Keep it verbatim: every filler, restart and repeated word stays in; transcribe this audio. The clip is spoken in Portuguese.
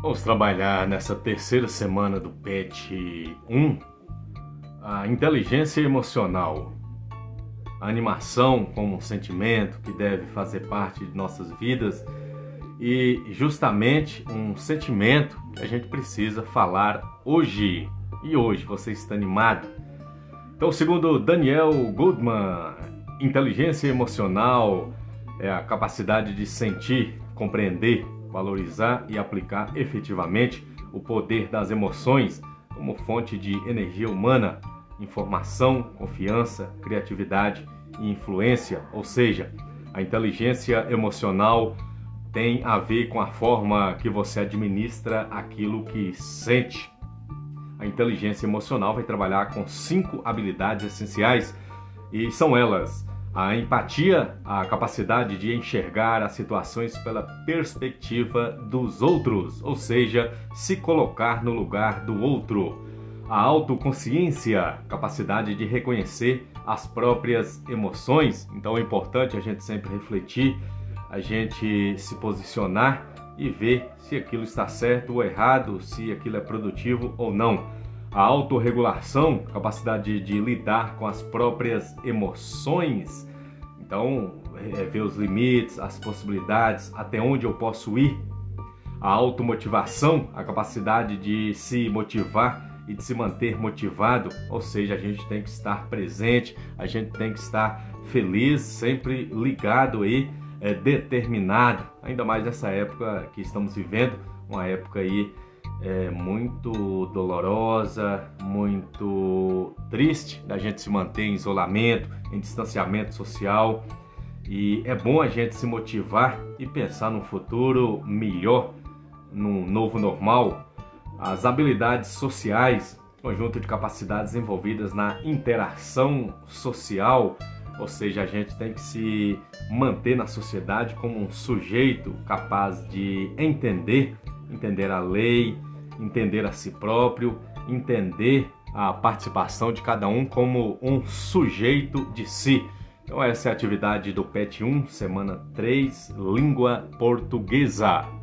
Vamos trabalhar nessa terceira semana do P E T um, a inteligência emocional, a animação como um sentimento que deve fazer parte de nossas vidas e justamente um sentimento que a gente precisa falar hoje. E hoje você está animado? Então, segundo Daniel Goleman, inteligência emocional é a capacidade de sentir, compreender, valorizar e aplicar efetivamente o poder das emoções como fonte de energia humana, informação, confiança, criatividade e influência. Ou seja, a inteligência emocional tem a ver com a forma que você administra aquilo que sente. A inteligência emocional vai trabalhar com cinco habilidades essenciais e são elas: a empatia, a capacidade de enxergar as situações pela perspectiva dos outros, ou seja, se colocar no lugar do outro. A autoconsciência, capacidade de reconhecer as próprias emoções. Então é importante a gente sempre refletir, a gente se posicionar e ver se aquilo está certo ou errado, se aquilo é produtivo ou não. A autorregulação, capacidade de lidar com as próprias emoções. Então, é, ver os limites, as possibilidades, até onde eu posso ir. A automotivação, a capacidade de se motivar e de se manter motivado. Ou seja, a gente tem que estar presente, a gente tem que estar feliz, sempre ligado aí, é, determinado. Ainda mais nessa época que estamos vivendo, uma época aí É muito dolorosa, muito triste da gente se manter em isolamento, em distanciamento social. E é bom a gente se motivar e pensar num futuro melhor, num novo normal. As habilidades sociais, conjunto de capacidades envolvidas na interação social, ou seja, a gente tem que se manter na sociedade como um sujeito capaz de entender, entender a lei, entender a si próprio, entender a participação de cada um como um sujeito de si. Então essa é a atividade do P E T um, semana três, língua portuguesa.